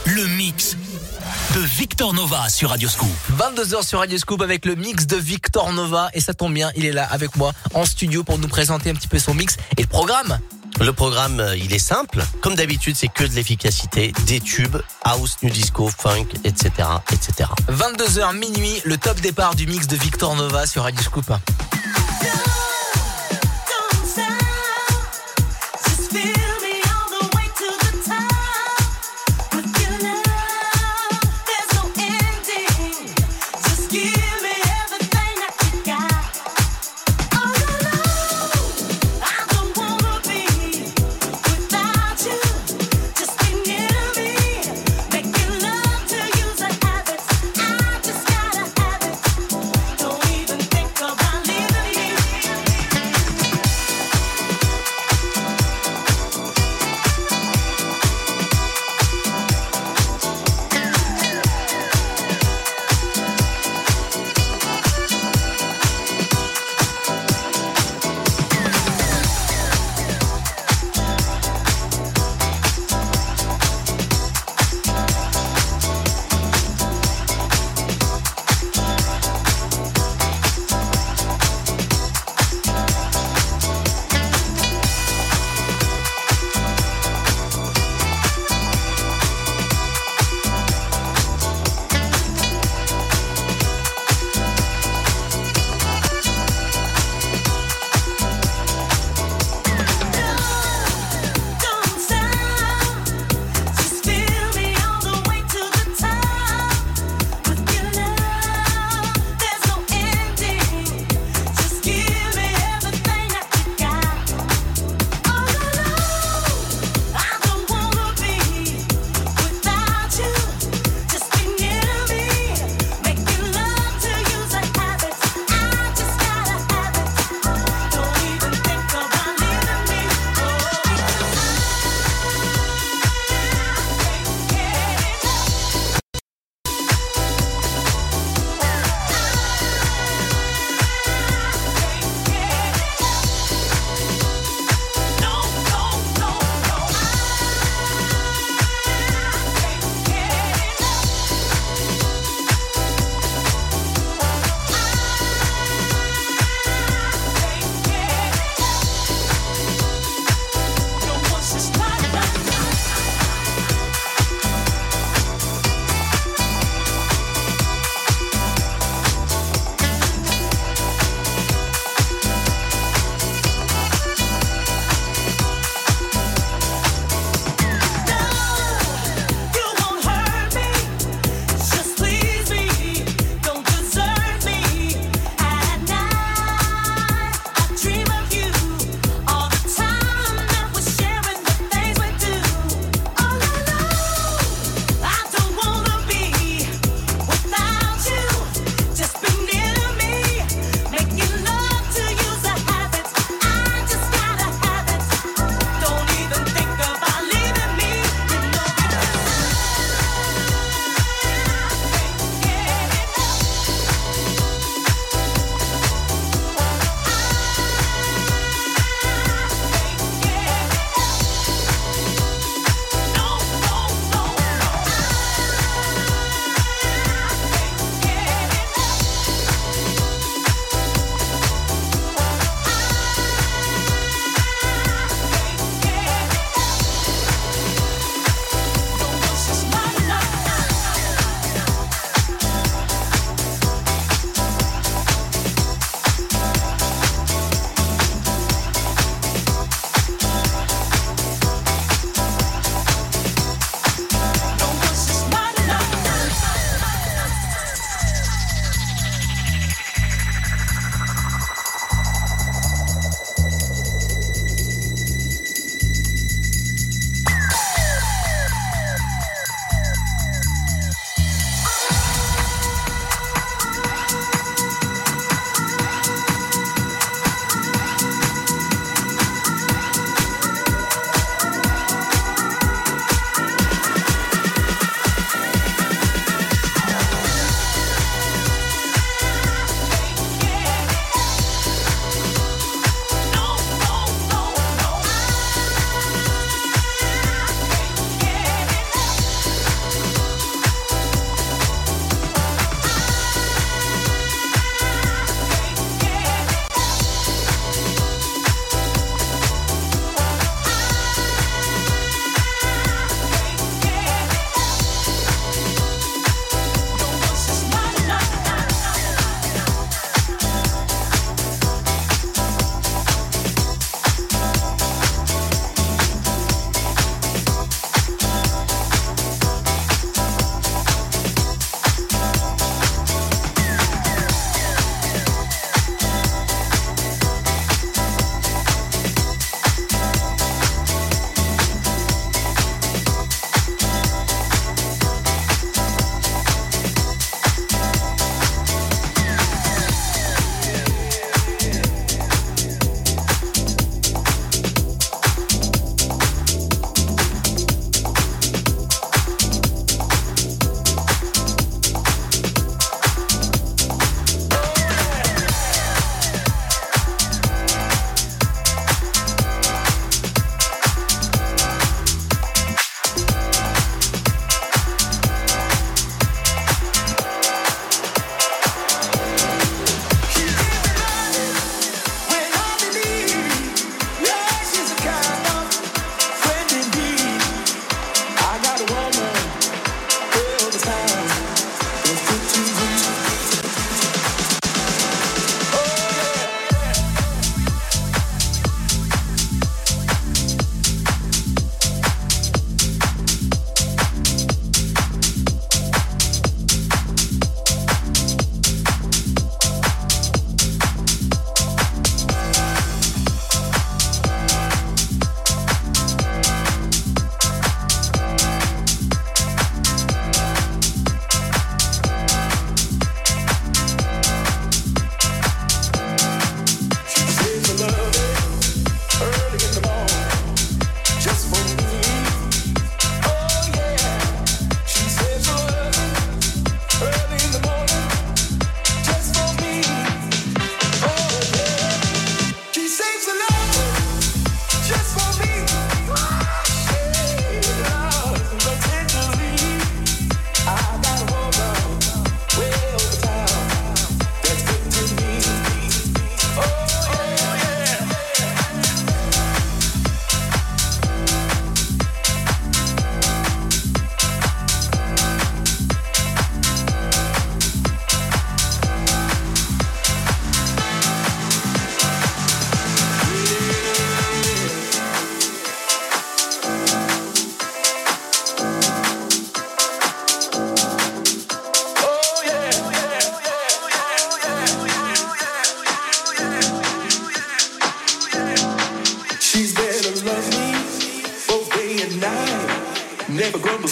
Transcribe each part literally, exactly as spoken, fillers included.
le mix de Victor Nova sur Radio Scoop. vingt-deux heures sur Radio Scoop avec le mix de Victor Nova. Et ça tombe bien, il est là avec moi en studio pour nous présenter un petit peu son mix et le programme. Le programme, il est simple. Comme d'habitude, c'est que de l'efficacité, des tubes, house, new disco, funk, et cetera, et cetera. vingt-deux heures minuit, le top départ du mix de Victor Nova sur Radio Scoop.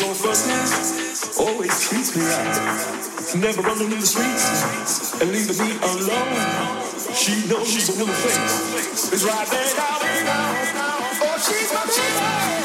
no fussing, always treats me right. Never running in the streets and leaving me alone. She knows she's a little face. It's right there now. Oh, she's my baby.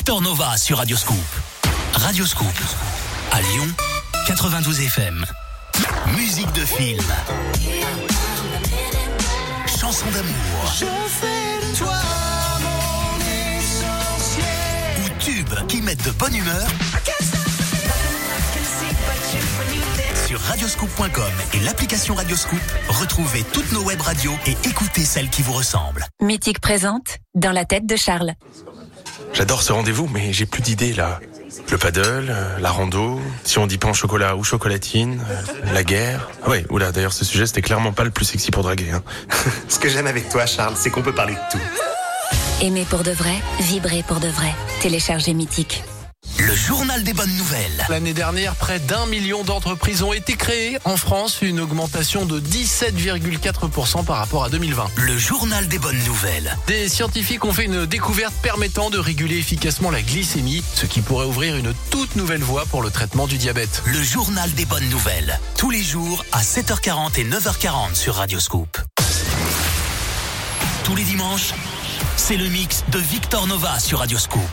Victor Nova sur Radio Scoop. Radio Scoop. À Lyon, quatre-vingt-douze F M. Musique de film. Chansons d'amour. Je fais de toi mon essentiel. Ou tubes qui mettent de bonne humeur. Sur radioscoop point com et l'application Radioscoop, retrouvez toutes nos web radios et écoutez celles qui vous ressemblent. Mythique présente Dans la tête de Charles. J'adore ce rendez-vous, mais j'ai plus d'idées là. Le paddle, euh, la rando, si on dit pain au chocolat ou chocolatine, euh, la guerre. Ah ouais, oula, d'ailleurs ce sujet c'était clairement pas le plus sexy pour draguer. Hein. Ce que j'aime avec toi, Charles, c'est qu'on peut parler de tout. Aimer pour de vrai, vibrer pour de vrai. Téléchargez Mythique. Le journal des bonnes nouvelles. L'année dernière, près d'un million d'entreprises ont été créées en France, une augmentation de dix-sept virgule quatre pour cent par rapport à deux mille vingt. Le journal des bonnes nouvelles. Des scientifiques ont fait une découverte permettant de réguler efficacement la glycémie, ce qui pourrait ouvrir une toute nouvelle voie pour le traitement du diabète. Le journal des bonnes nouvelles. Tous les jours à sept heures quarante et neuf heures quarante sur Radio Scoop. Tous les dimanches, c'est le mix de Victor Nova sur Radio Scoop.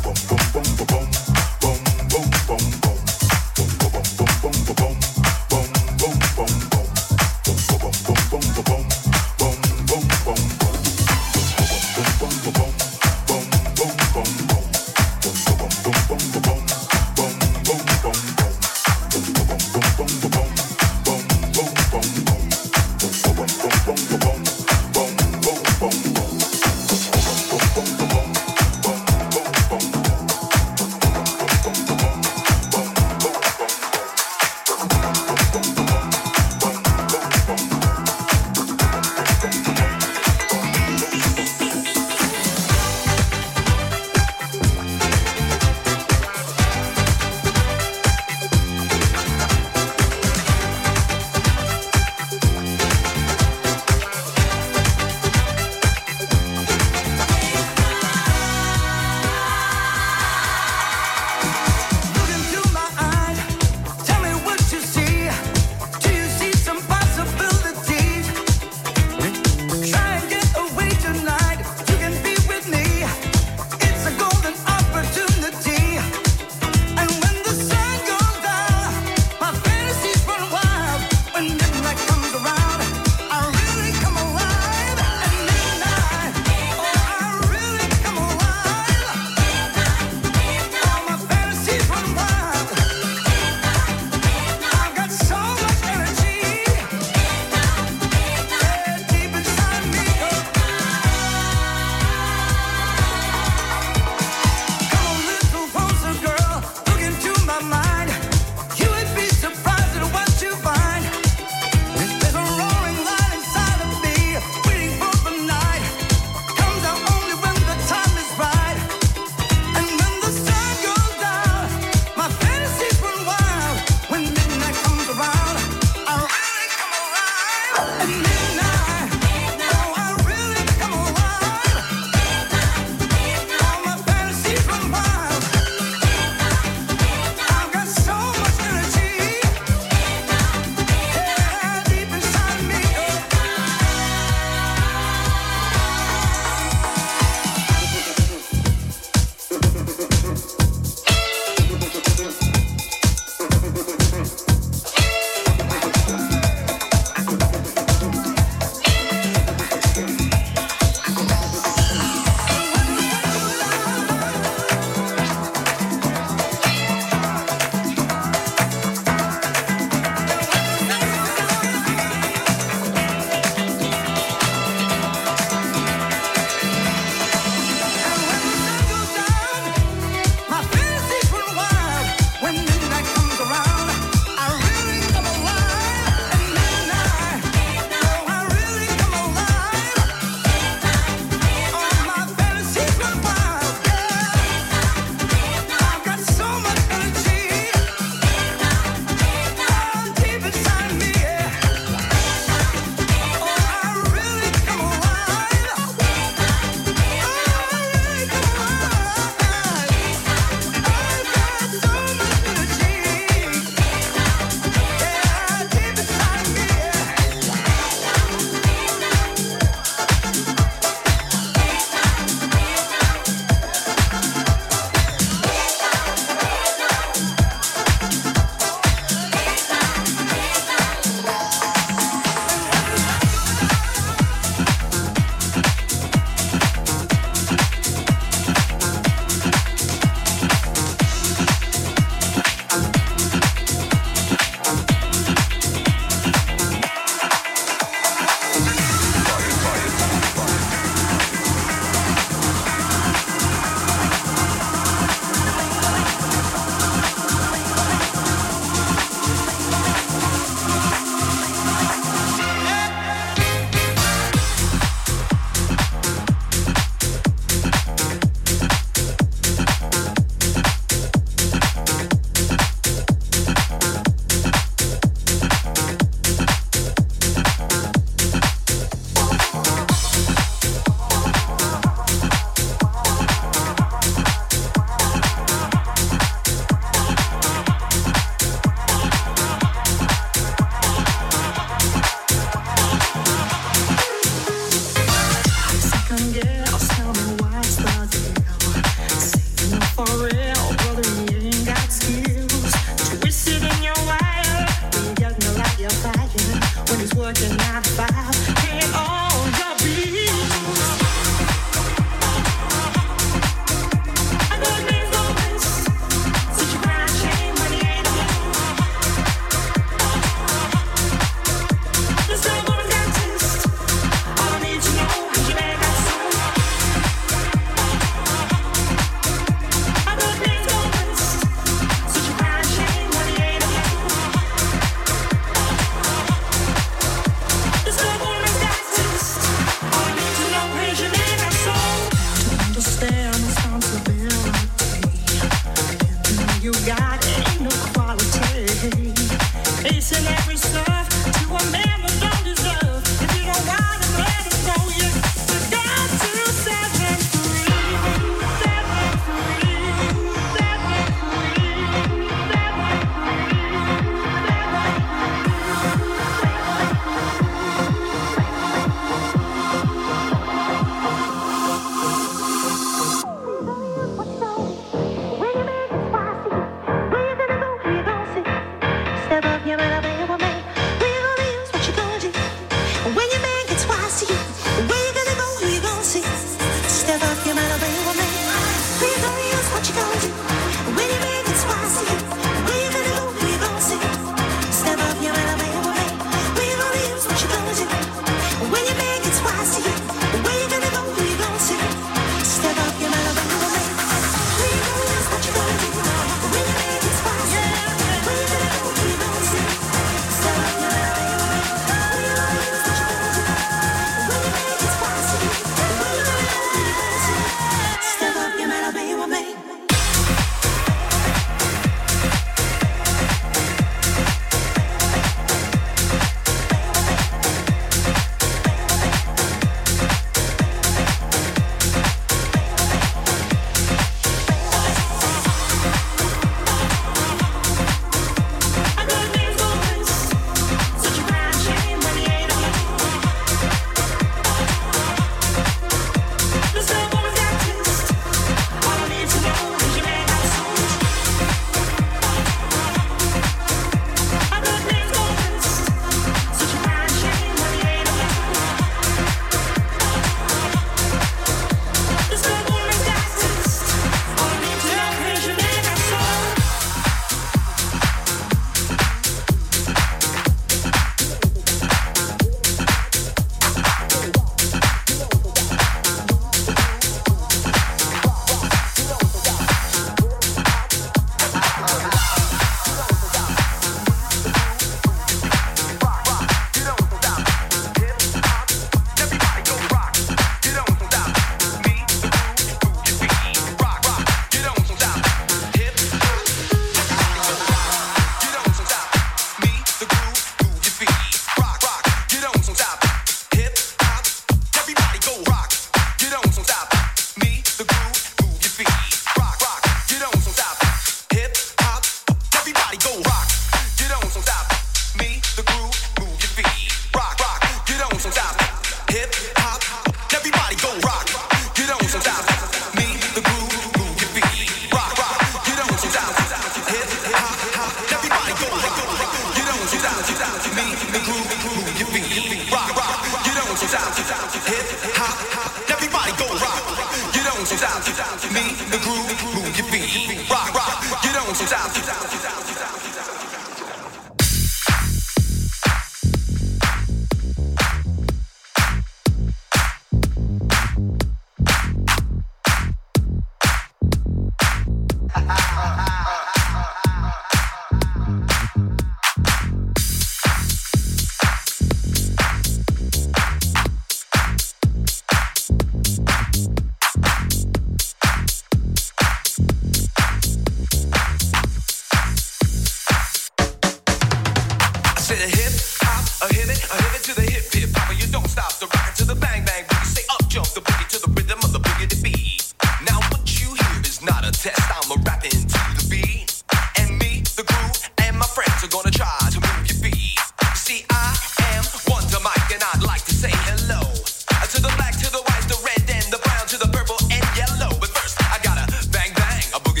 Boogie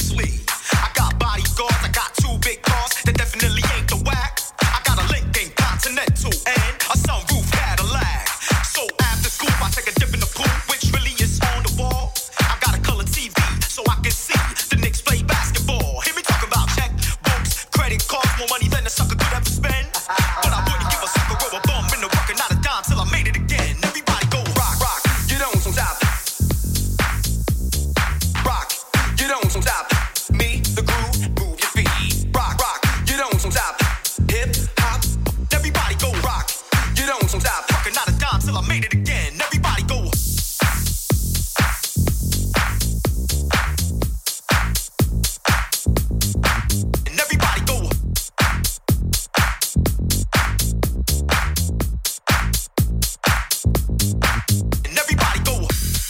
sleeve. I got bodyguards, I got two big cars that definitely ain't the whack. I got a Lincoln Continental and a sunroof Cadillac. So after school, I take a dip in the pool, which really is on the wall. I got a color T V so I can see the Knicks play basketball. Hear me talk about checkbooks, credit cards, more money than a sucker could ever spend. But I wouldn't give a sucker or a bum in the working out a dime till I made it again. Everybody go rock, rock, you don't stop. Rock, you don't stop. Me, the groove, move your feet. Rock, rock, you don't stop. Hip hop, everybody go rock. You don't stop. Working out a dime till I made it again. Everybody go. And everybody go. And everybody go.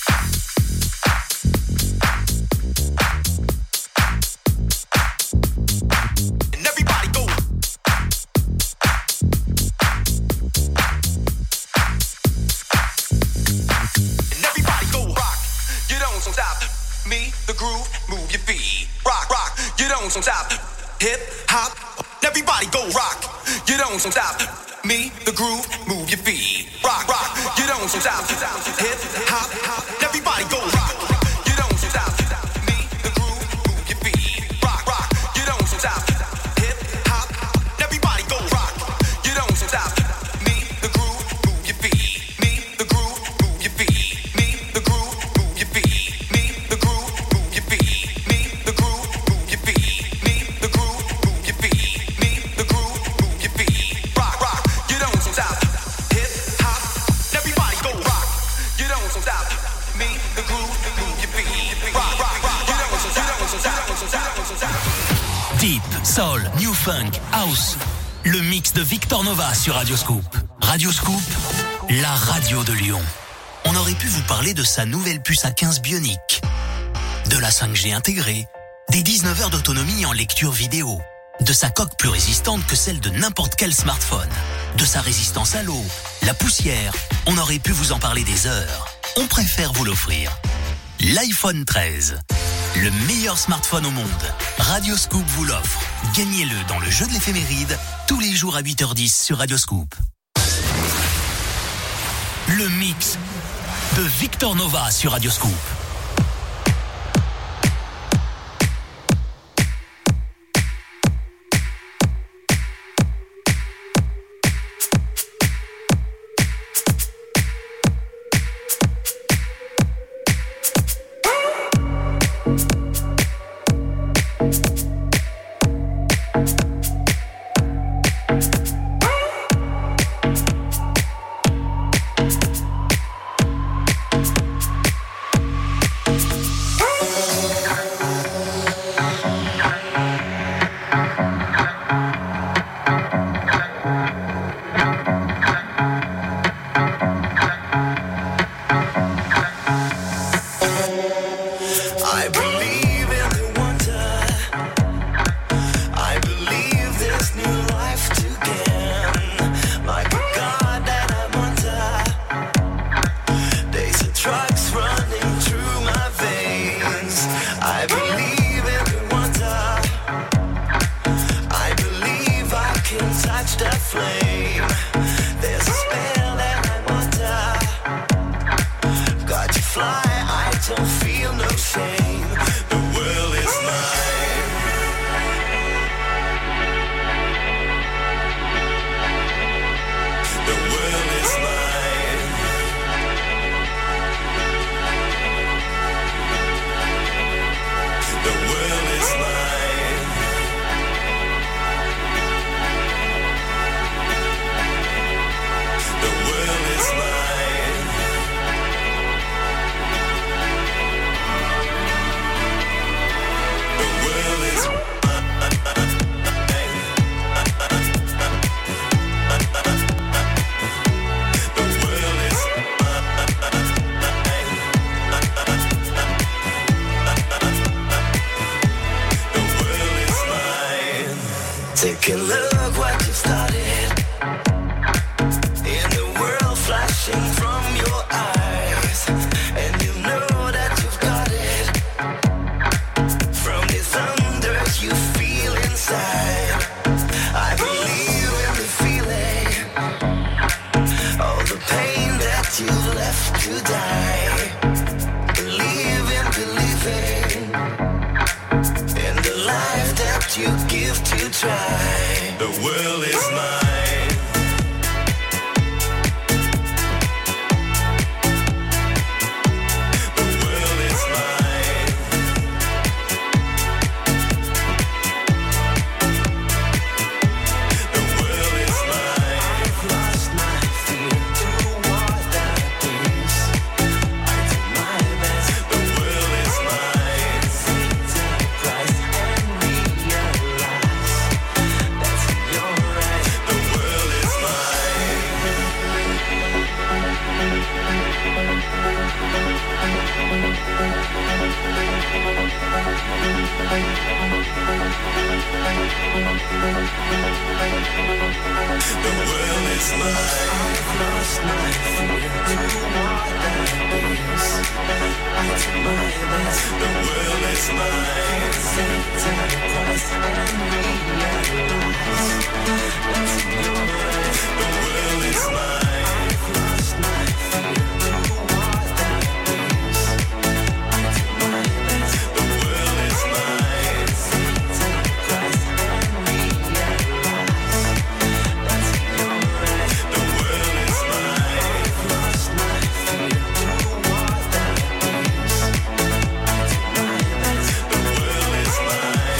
And everybody go. And everybody go rock. You don't stop. Me, the groove, move your feet. Rock, rock. You don't stop. Hip hop. Everybody go rock. You don't stop. Me, the groove, move your feet. Rock, rock. You don't stop. Hip hop. Everybody go rock. You don't stop. Me, the groove, move your feet. Rock, rock. You don't stop. Hip hop. Everybody go rock. You don't stop. Me, the groove, move your feet. Me, the groove, move your feet. Me, the groove, move your feet. Me, the groove, move your feet. Me, the groove, move your feet. Me, the groove, move your feet. Me, the groove, move your feet. Rock, rock. You don't stop. Hip hop. Everybody go rock. You don't stop. Me, the groove, move your feet. Rock, rock, rock. You don't stop. You don't stop. You don't stop. You don't stop. Deep, soul, new funk, house. Le mix de Victor Nova sur Radio Scoop. Radio Scoop, la radio de Lyon. On aurait pu vous parler de sa nouvelle puce A quinze Bionic, de la cinq G intégrée, des dix-neuf heures d'autonomie en lecture vidéo, de sa coque plus résistante que celle de n'importe quel smartphone, de sa résistance à l'eau, la poussière. On aurait pu vous en parler des heures. On préfère vous l'offrir. L'iPhone treize. Le meilleur smartphone au monde. Radio Scoop vous l'offre. Gagnez-le dans le jeu de l'éphéméride tous les jours à huit heures dix sur Radio Scoop. Le mix de Victor Nova sur Radio Scoop. From this gift you give to try. The world is mine. Mine.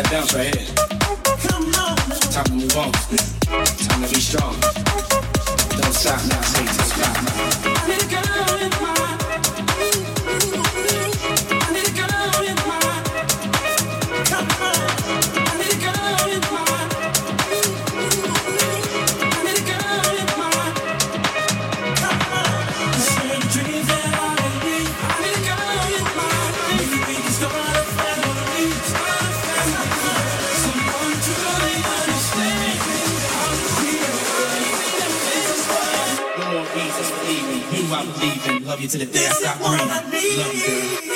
that bounce right here. Time to move on. Time to be strong. Don't stop now, say to stop now. I need a girl in my. I need a girl in my. Come on. I need a girl in my. I need a girl in my. Come on. This is the dreams that I need. I need a girl in my. Maybe we can start a family. Start a family. Someone to really understand. No more reasons for leaving. You I believe in. Love you to the day I stop breathing. Love you, girl.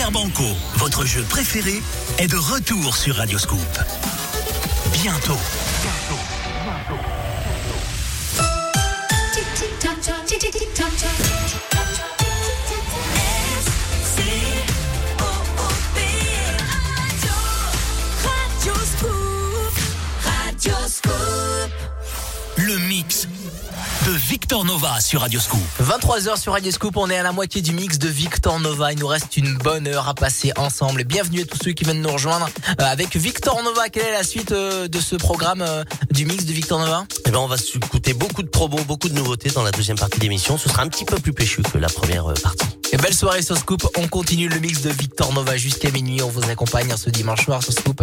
Super Banco, votre jeu préféré, est de retour sur Radio Scoop. Bientôt. Le mix de Victor Nova sur Radio Scoop. vingt-trois heures sur Radio Scoop, on est à la moitié du mix de Victor Nova. Il nous reste une bonne heure à passer ensemble. Bienvenue à tous ceux qui viennent nous rejoindre euh, avec Victor Nova. Quelle est la suite euh, de ce programme euh, du mix de Victor Nova ? Eh ben, on va s'écouter beaucoup de promos, beaucoup de nouveautés dans la deuxième partie d'émission. Ce sera un petit peu plus péchu que la première euh, partie. Et belle soirée sur Scoop. On continue le mix de Victor Nova jusqu'à minuit. On vous accompagne ce dimanche soir sur Scoop.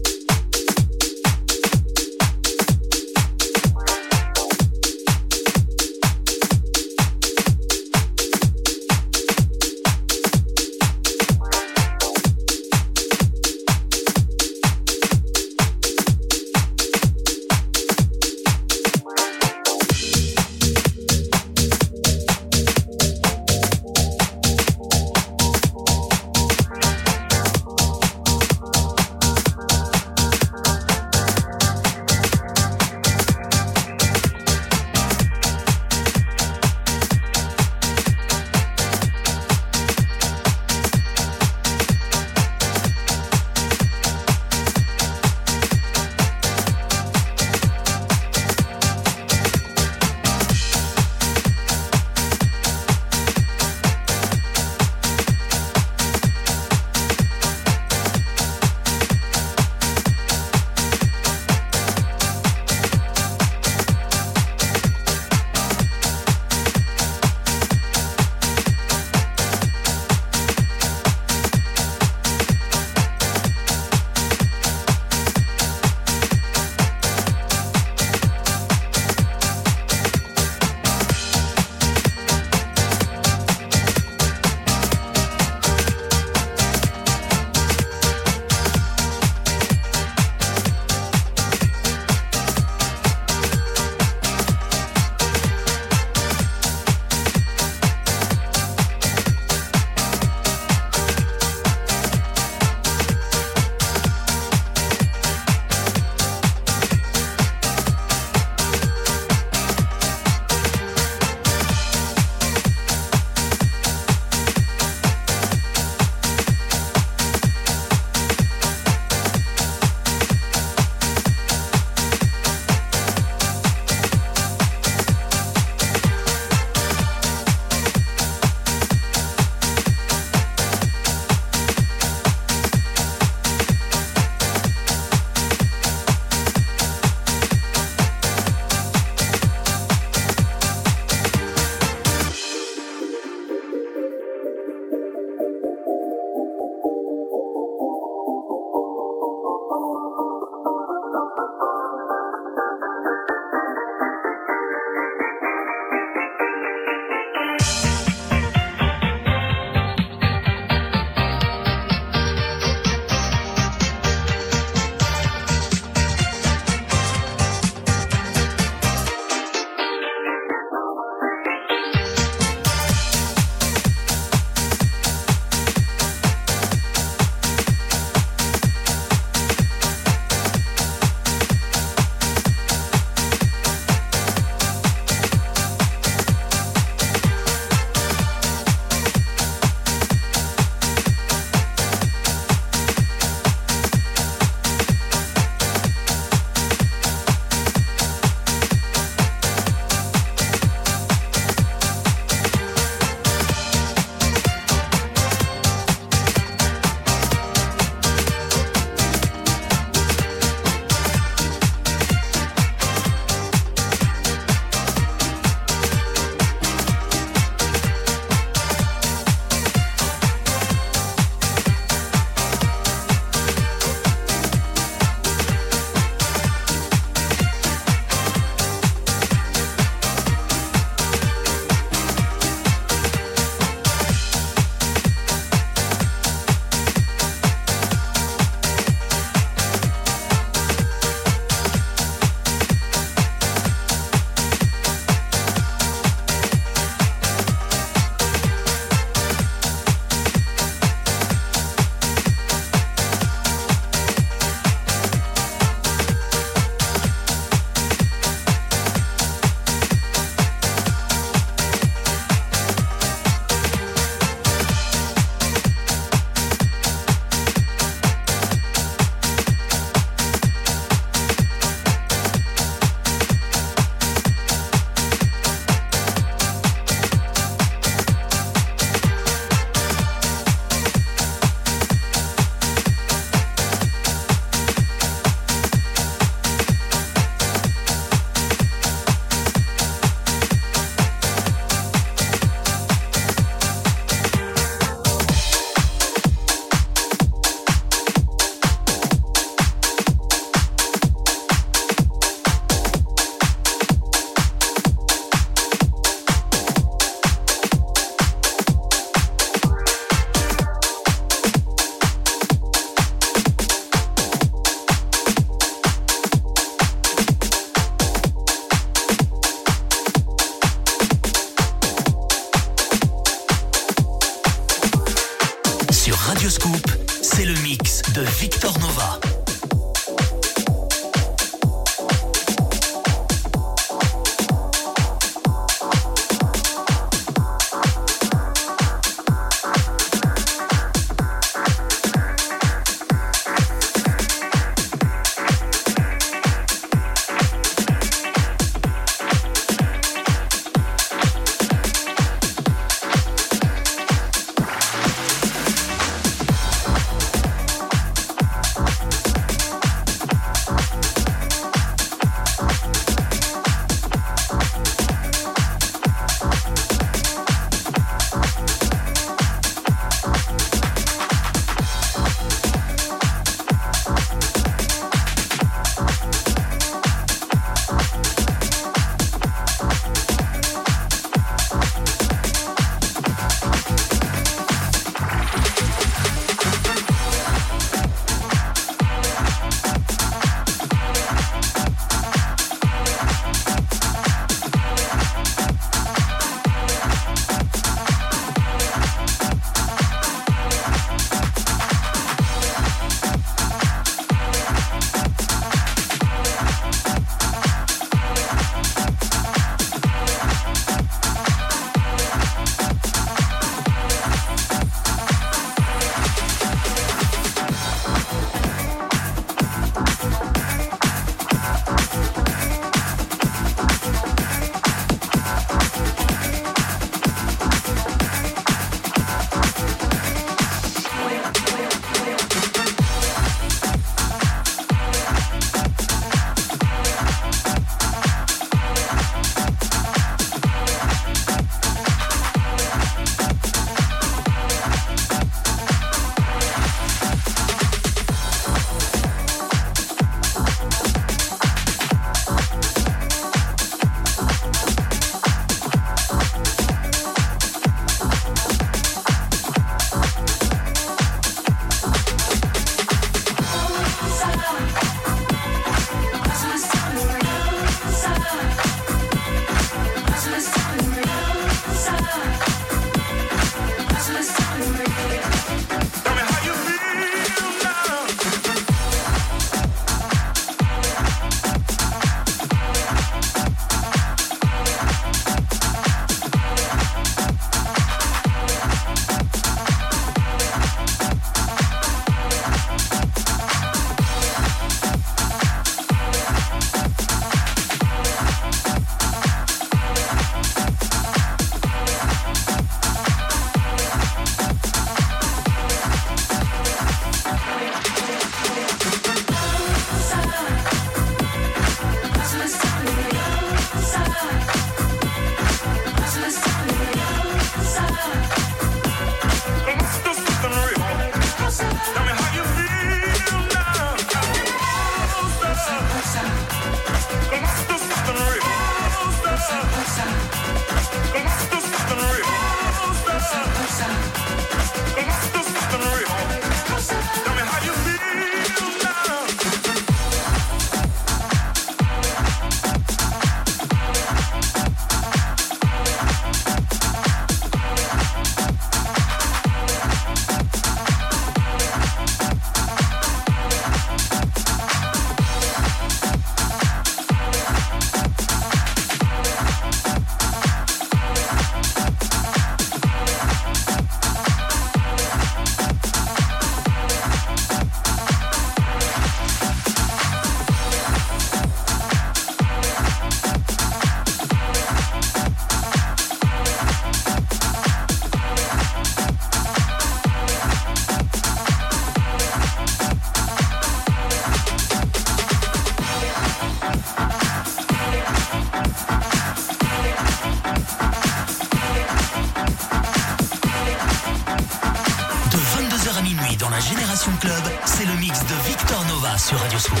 Génération Club, c'est le mix de Victor Nova sur Radio Scoop.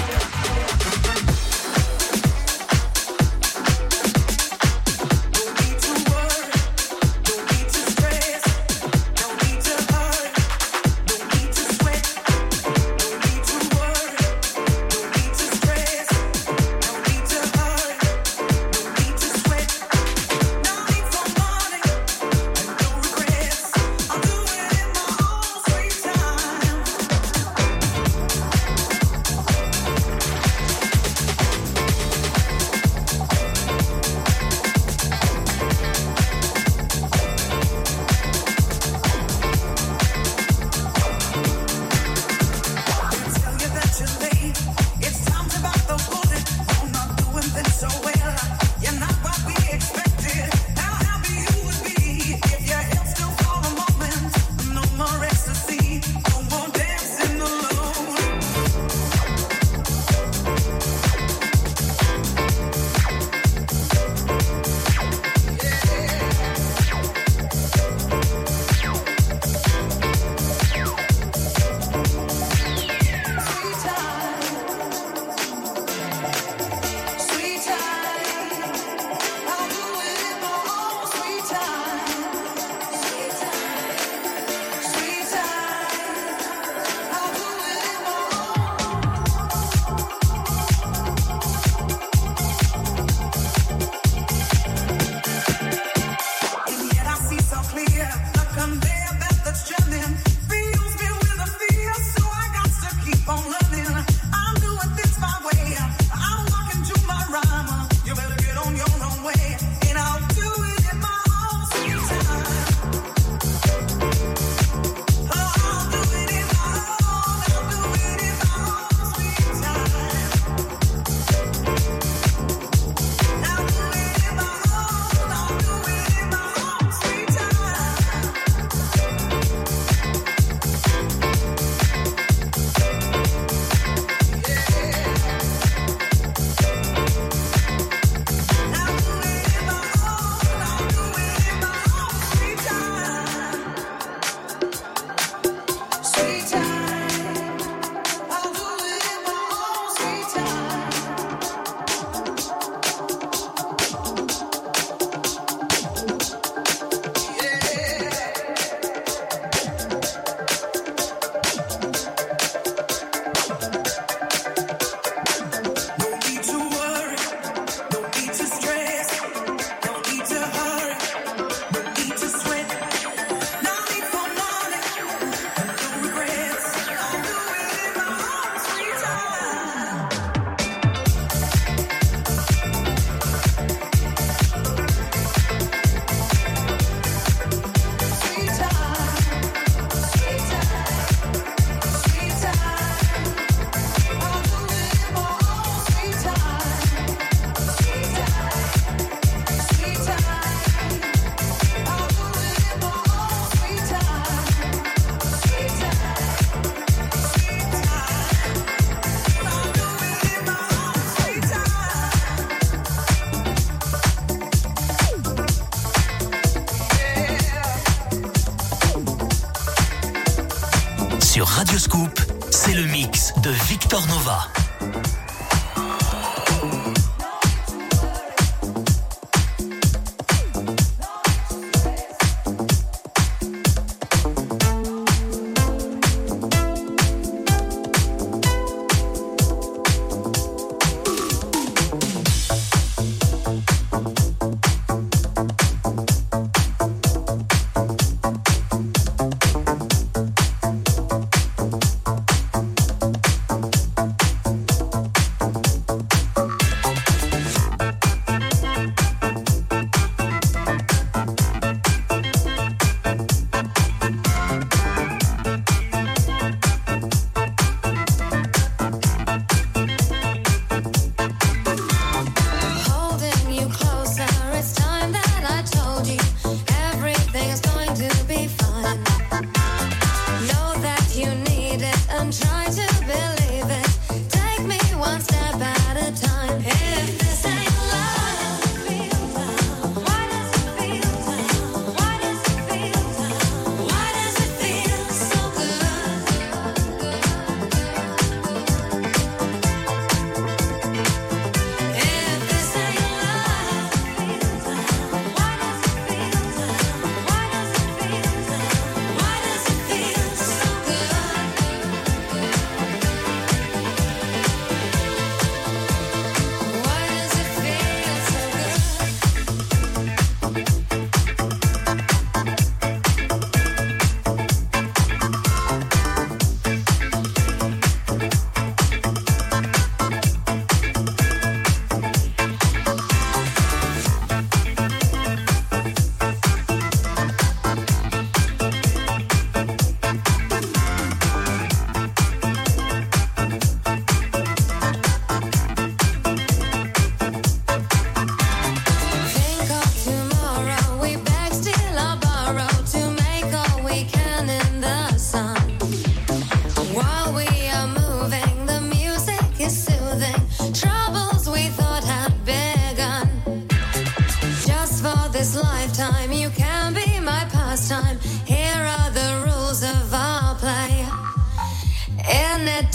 Sur Radio Scoop, c'est le mix de Victor Nova.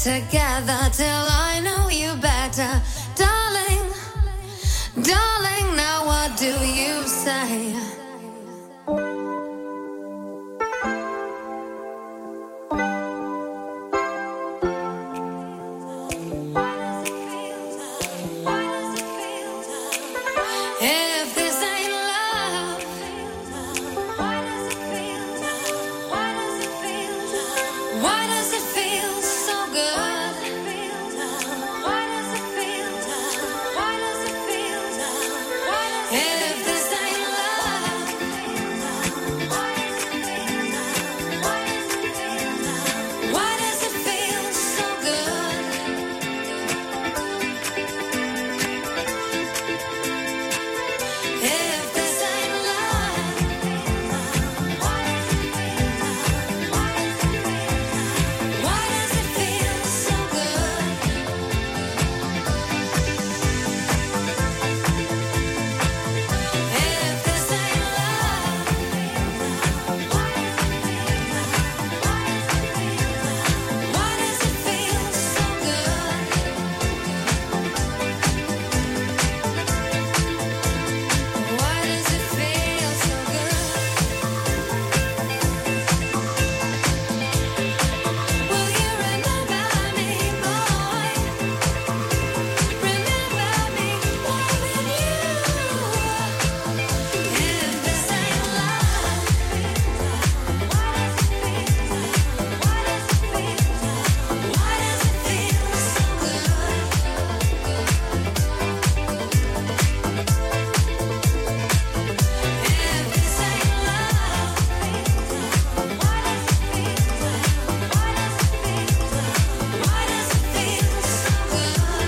together till I know you better. Darling, darling, now what do you say? If this ain't love, why does it feel? Why does it feel? Why does it feel so good? Why does it feel? Why does it feel? If this ain't love, why does it feel? Why does it feel so good? If this ain't love, why does it feel so good? If this ain't love, why does it feel so good? Why does it feel so good? Will you remember me, boy? Remember me more than you. If this ain't love, why does it feel? Why does it feel? Why does it feel so good? If this ain't love, why does it feel? Why does it feel? Why does it feel so good?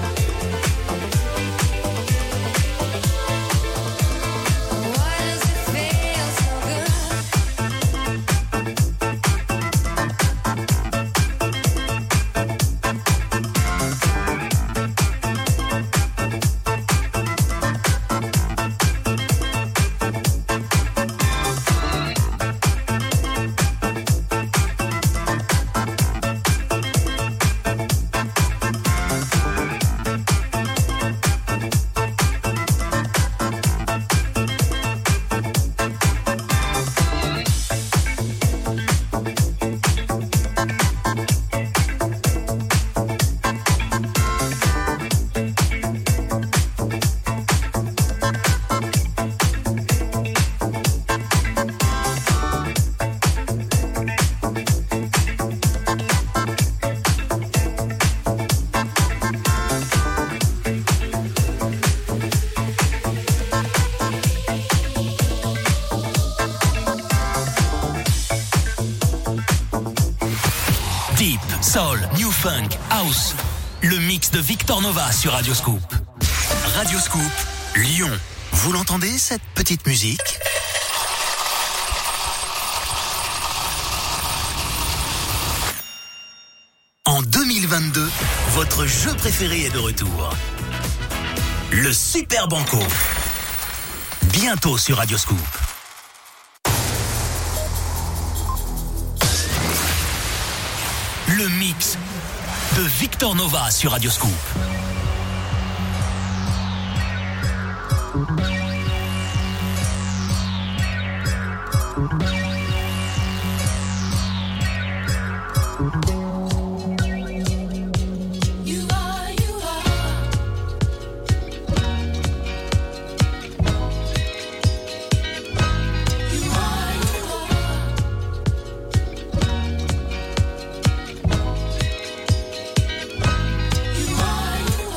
Why does it feel so good? Deep, Soul, New Funk, House. Le mix de Victor Nova sur Radio Scoop. Radio Scoop, Lyon. Vous l'entendez, cette petite musique? En deux mille vingt-deux, votre jeu préféré est de retour. Le Super Banco. Bientôt sur Radio Scoop. Le mix de Victor Nova sur Radio Scoop. You are, you are. You are, you are. You are, you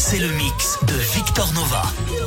c'est le mix de Victor Nova.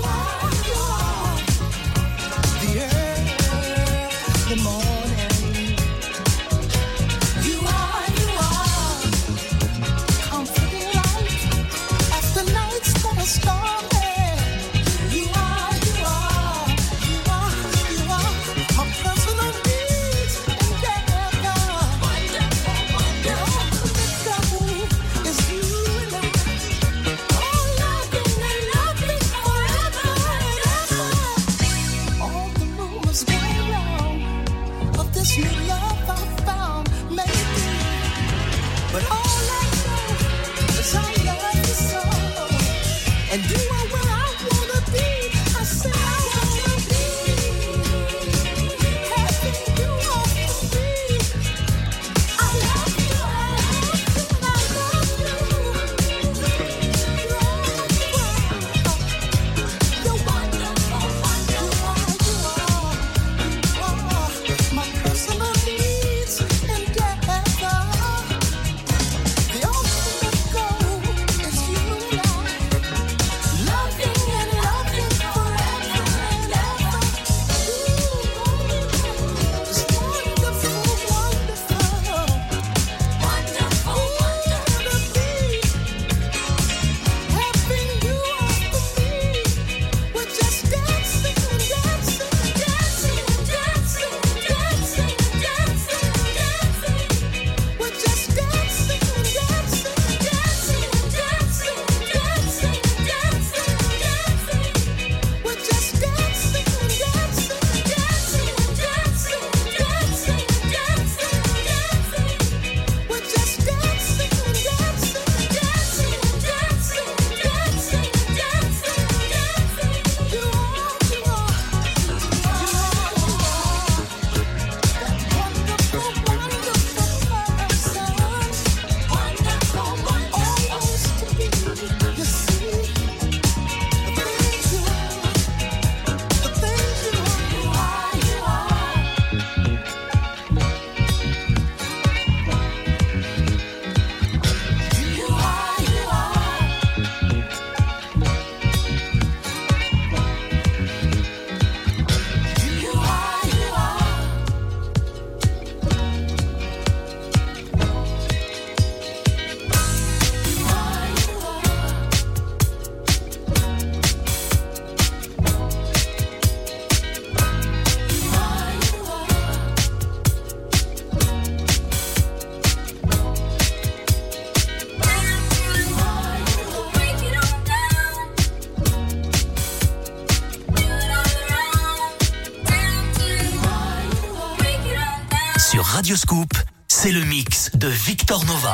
Sur Radio Scoop, c'est le mix de Victor Nova.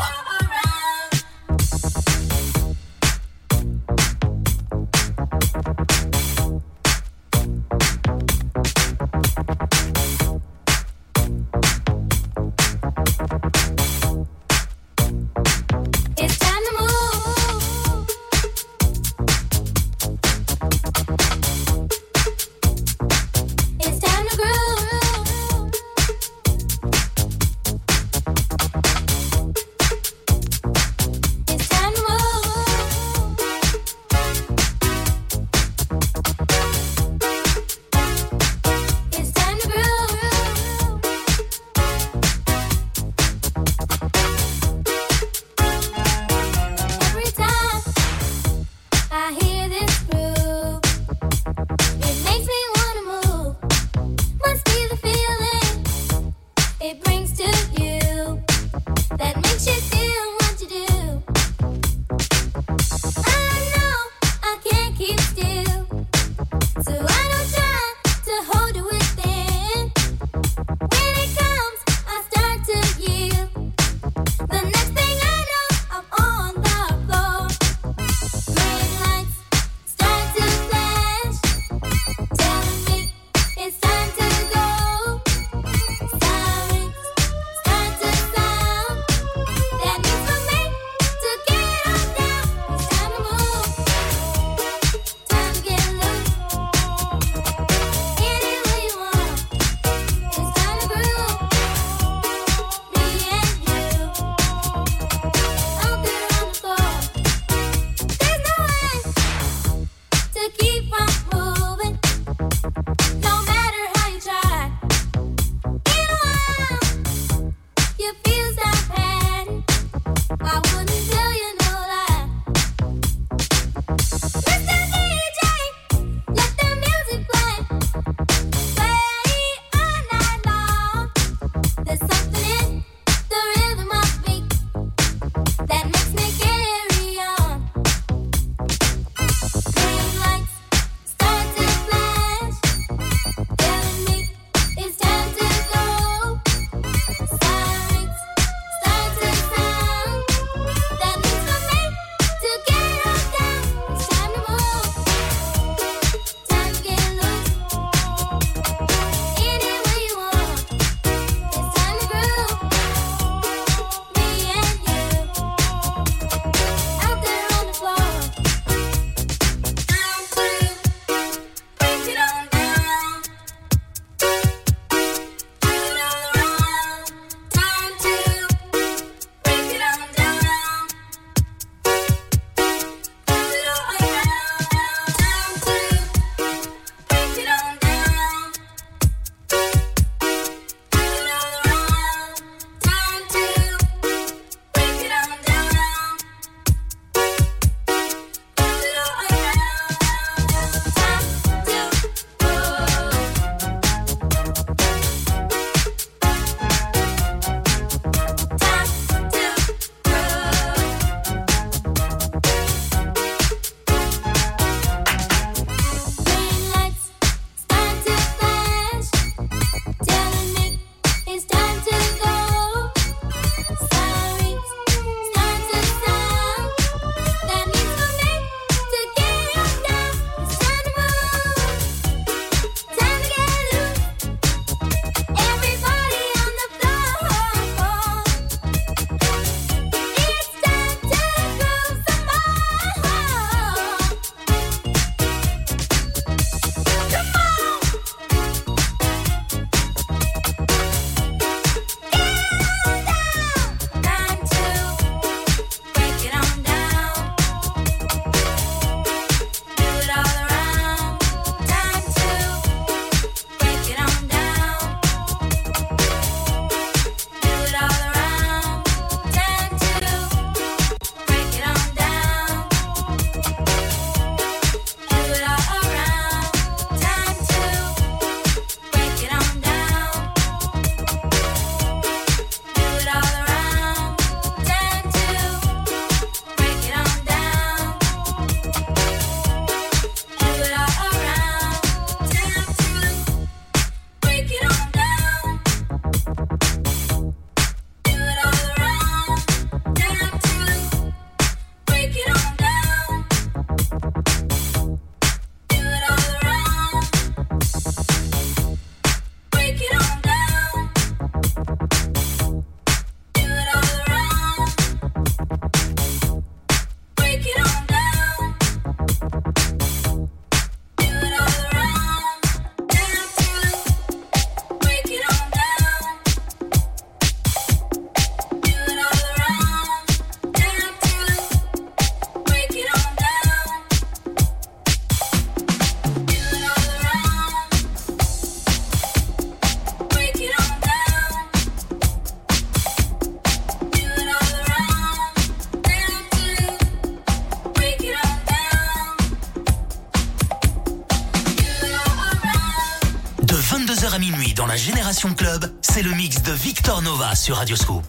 Génération Club, c'est le mix de Victor Nova sur Radio Scoop.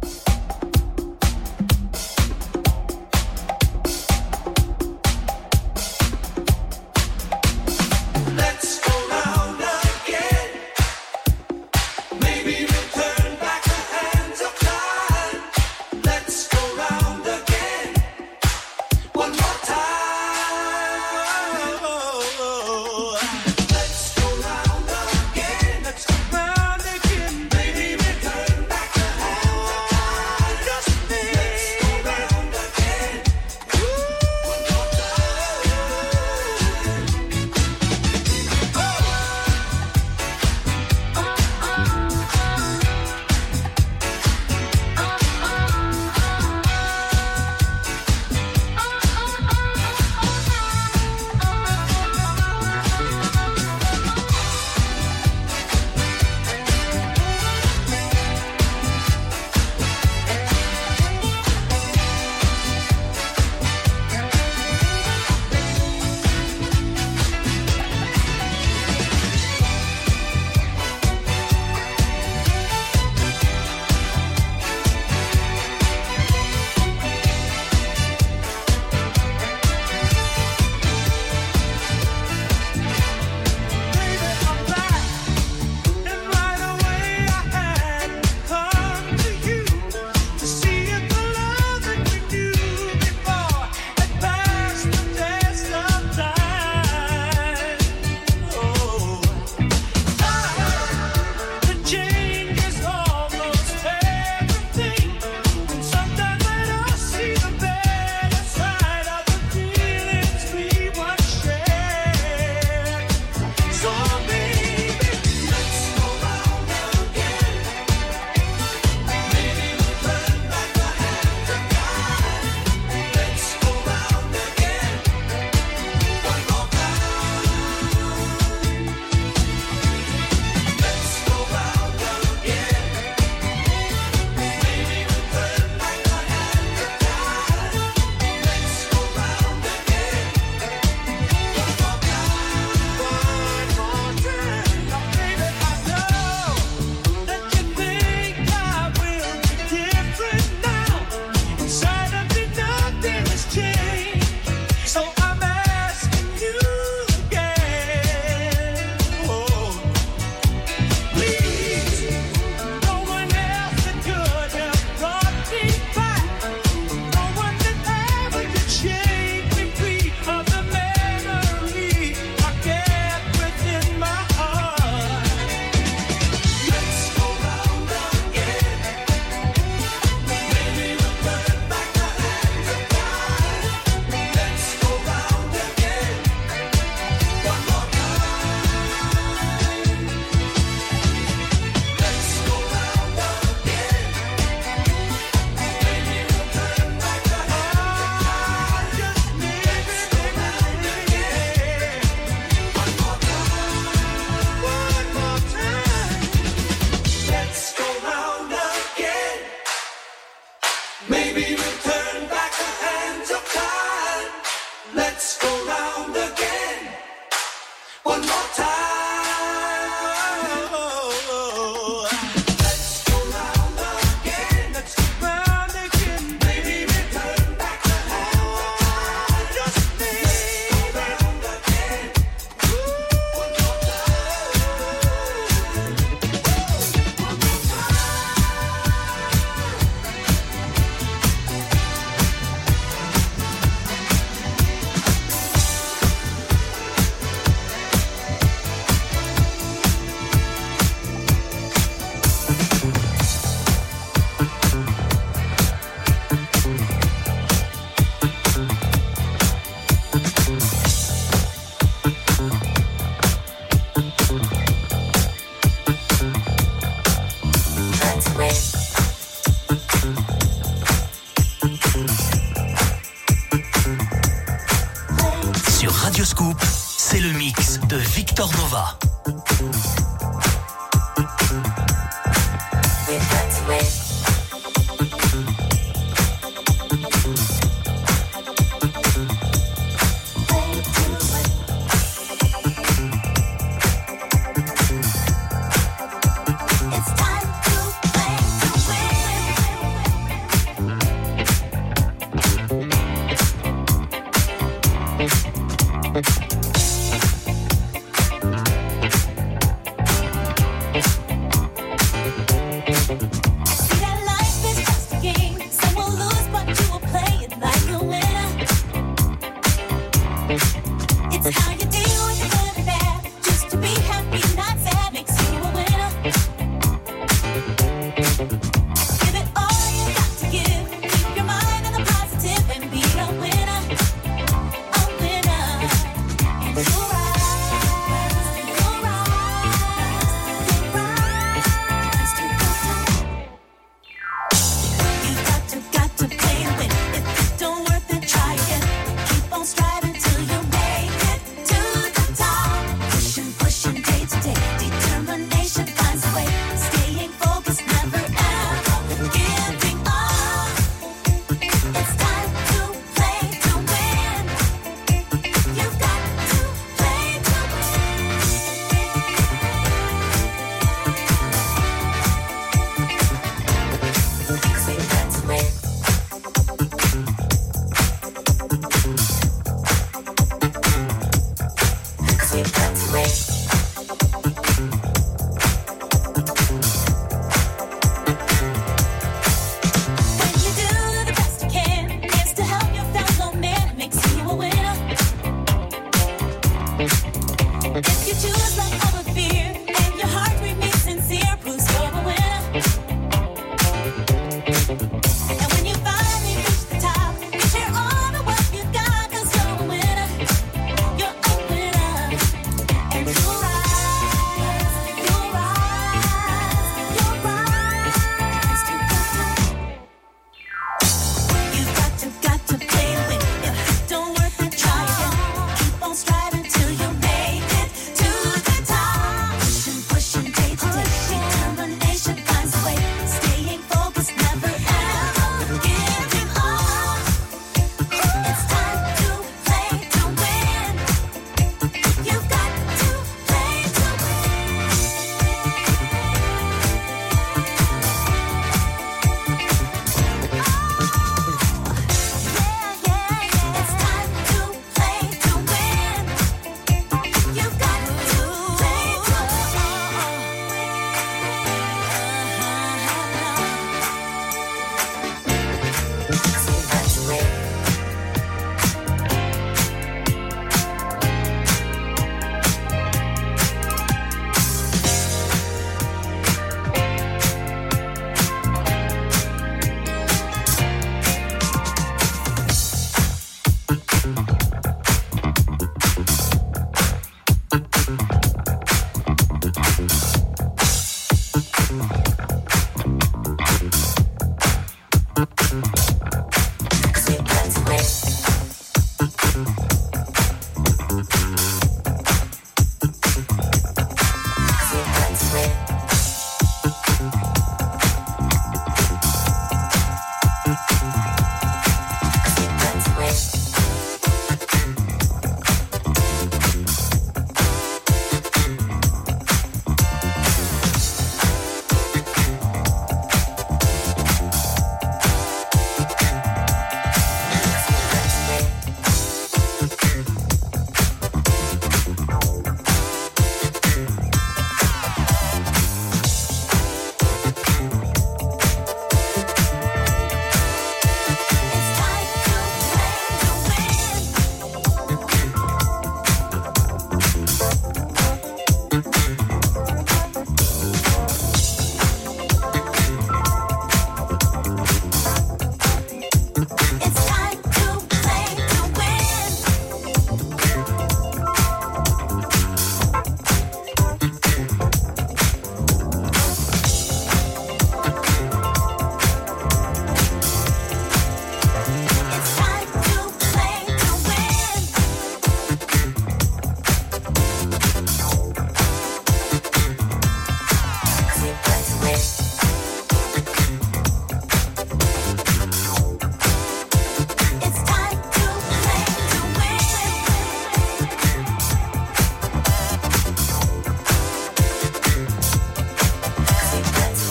Scoop, c'est le mix de Victor Nova.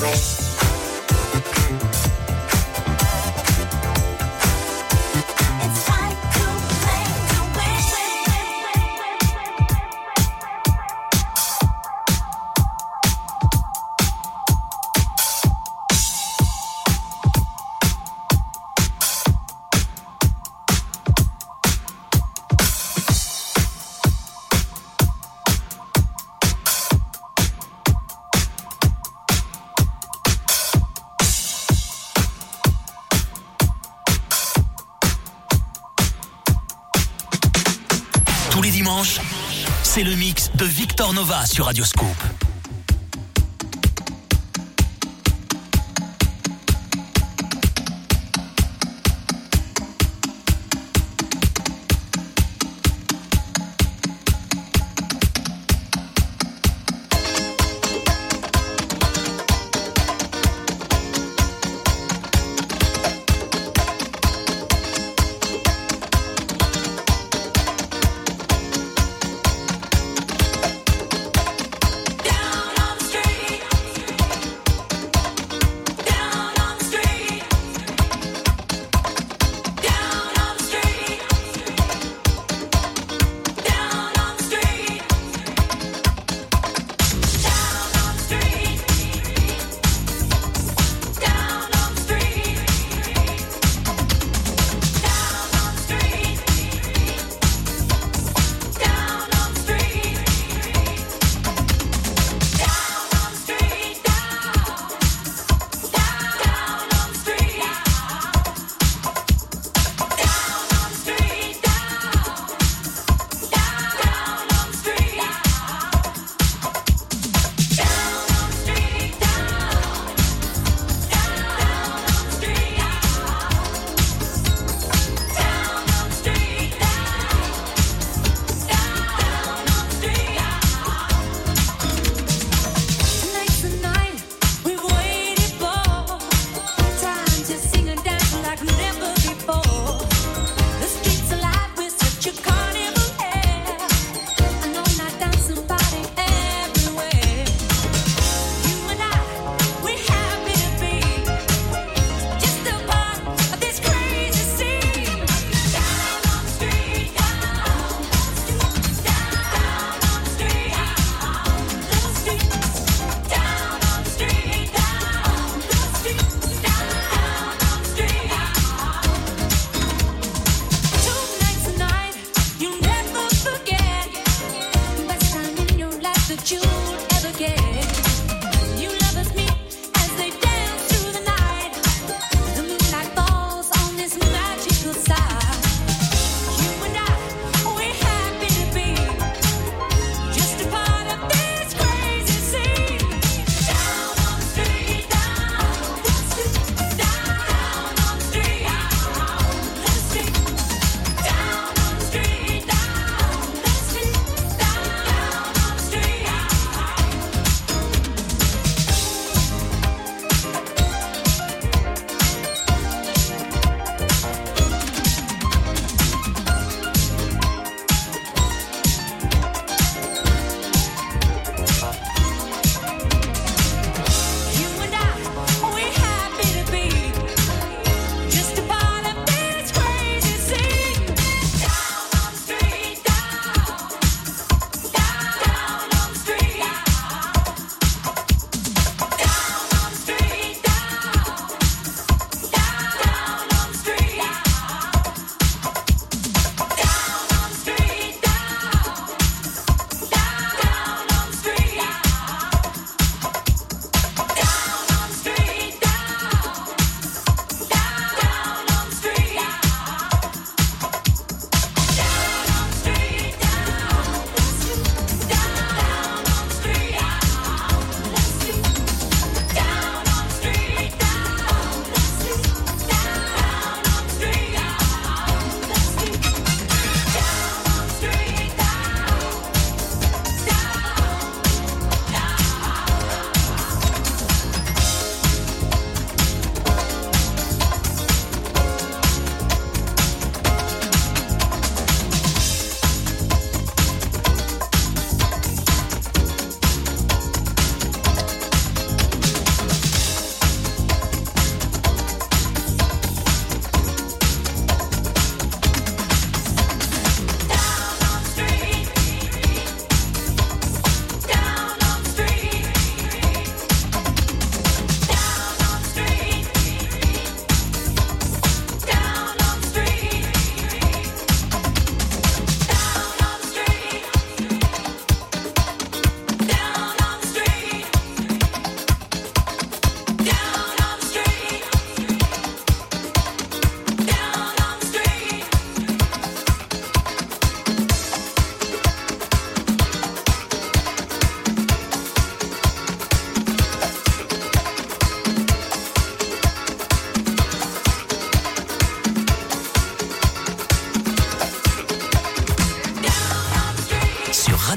Tous les dimanches, c'est le mix de Victor Nova sur Radio Scoop. Down.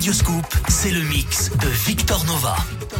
Radio Scoop, c'est le mix de Victor Nova.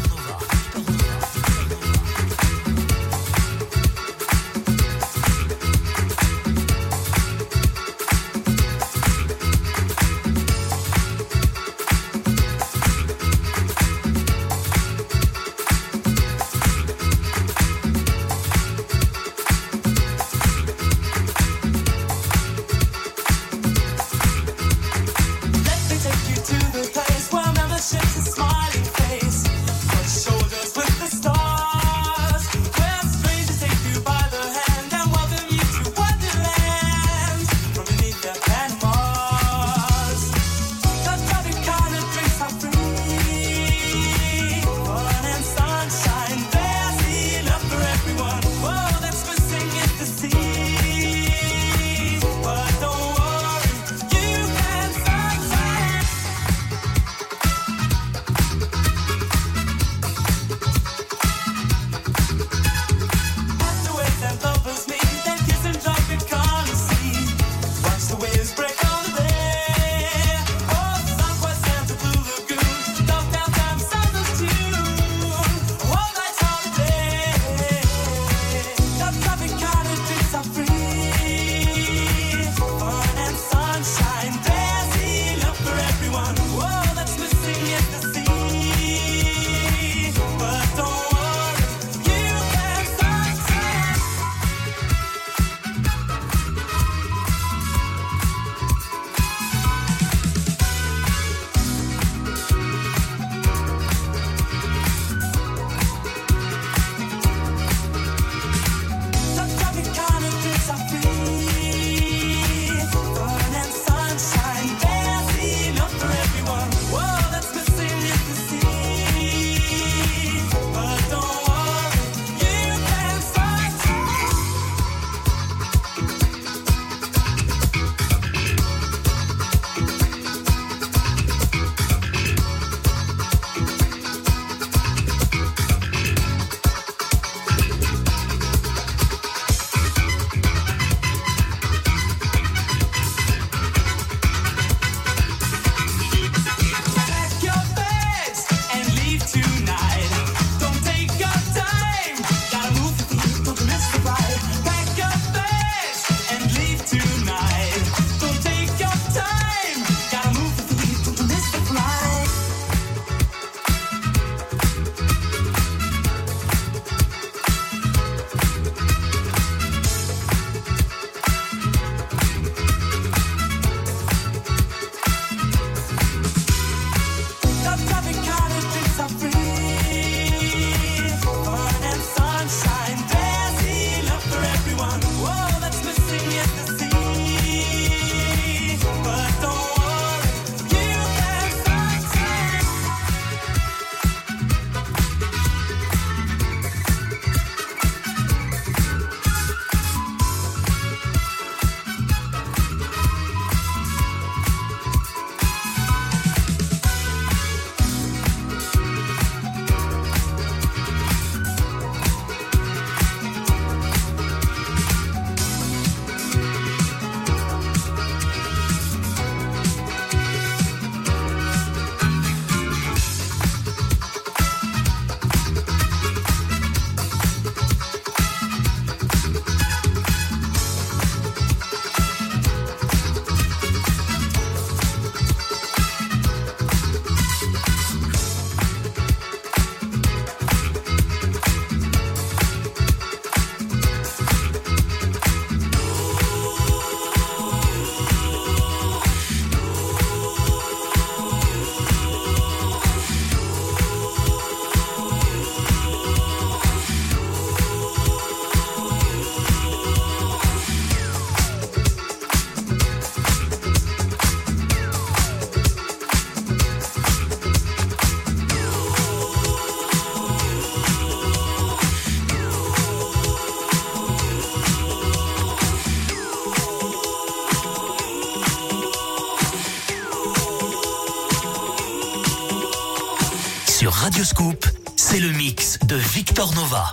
Sur Radio Scoop, c'est le mix de Victor Nova.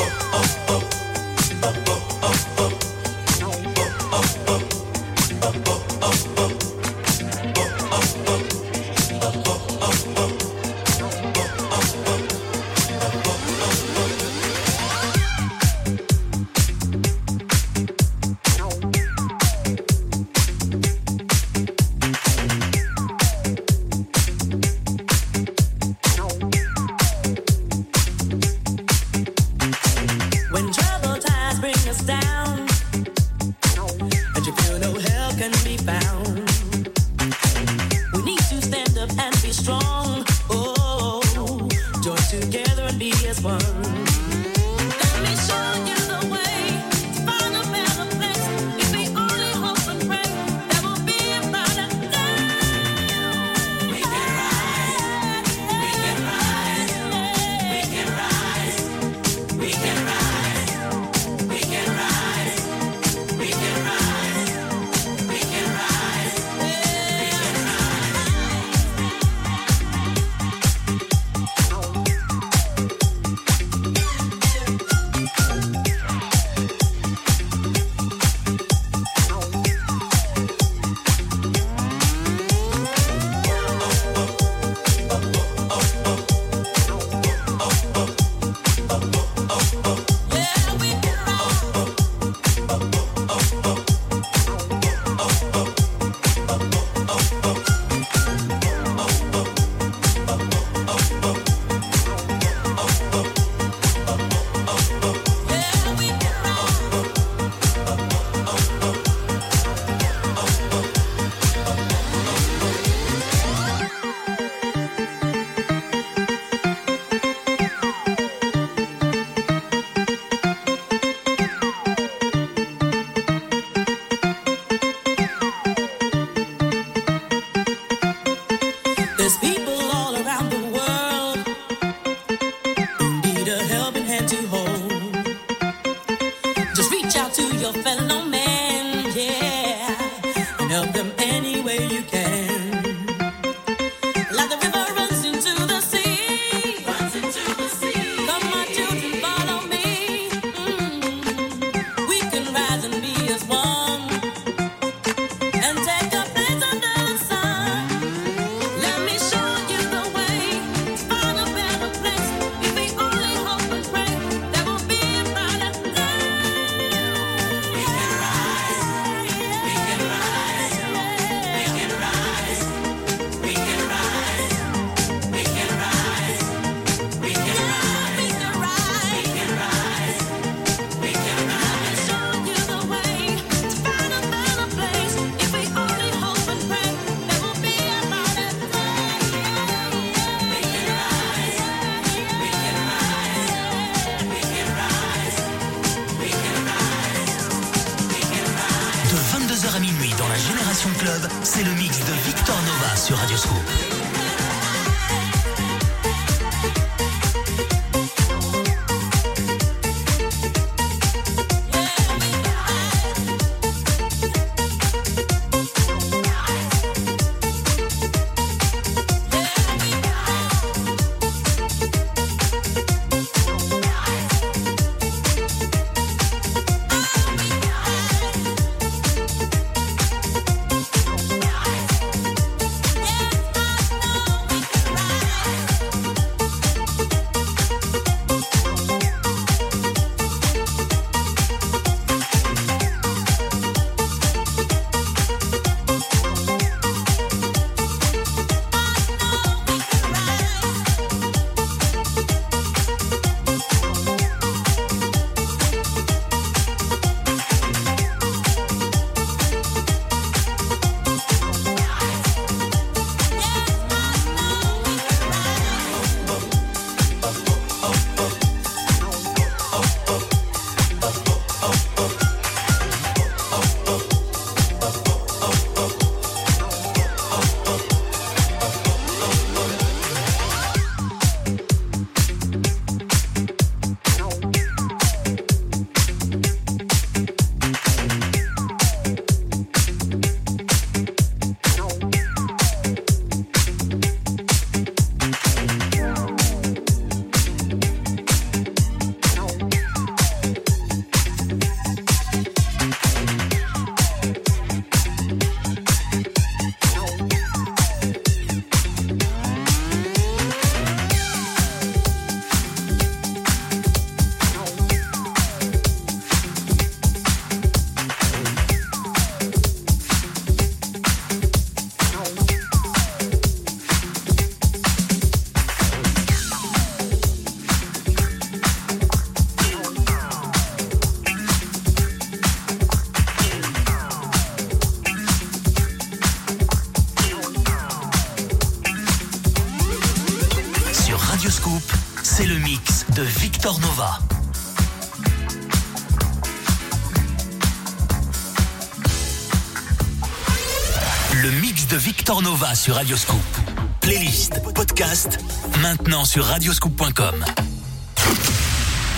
Oh, oh, oh, oh, oh, oh, oh, oh, oh. together and be as one. Let me show you the way to find a better place. If we only hope and pray, there will be a brighter day. We can rise, we can rise, we can rise, we can rise, we can rise, we can rise, we can rise, we can rise. There's people all around the world who need a helping hand to hold. Just reach out to your fellow man, yeah, and help them any way you can. Like the river runs into the sea, runs into the sea. Come, my children, follow me. Mm. We can rise and be as one, and take a place under the sun. Let me show you the way to find a better place. If we only hope and pray, there will be a brighter day. We can rise, we can rise, we can rise, we can rise, we can rise, we can rise, we can rise, we can rise, we can rise. Let me show you the way to find a better place. If we only hope and pray, there will be a brighter day. We can rise, we can rise, we can rise, we can rise, we can rise. De vingt-deux heures à minuit dans la Génération Club, c'est le mix de Victor Nova sur Radio Scoop. Yeah. Radio Scoop, c'est le mix de Victor Nova. Le mix de Victor Nova sur Radio Scoop. Playlist, podcast, maintenant sur radioscoop point com.